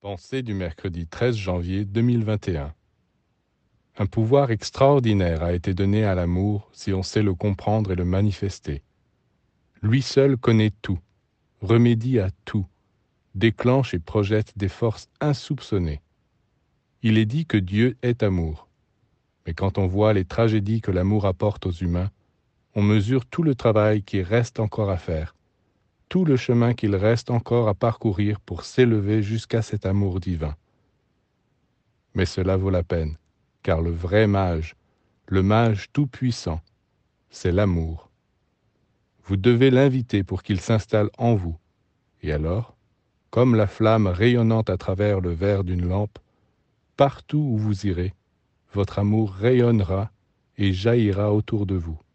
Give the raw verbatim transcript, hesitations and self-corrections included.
Pensée du mercredi treize janvier deux mille vingt et un. Un pouvoir extraordinaire a été donné à l'amour si on sait le comprendre et le manifester. Lui seul connaît tout, remédie à tout, déclenche et projette des forces insoupçonnées. Il est dit que Dieu est amour. Mais quand on voit les tragédies que l'amour apporte aux humains, on mesure tout le travail qui reste encore à faire, tout le chemin qu'il reste encore à parcourir pour s'élever jusqu'à cet amour divin. Mais cela vaut la peine, car le vrai mage, le mage tout-puissant, c'est l'amour. Vous devez l'inviter pour qu'il s'installe en vous, et alors, comme la flamme rayonnante à travers le verre d'une lampe, partout où vous irez, votre amour rayonnera et jaillira autour de vous.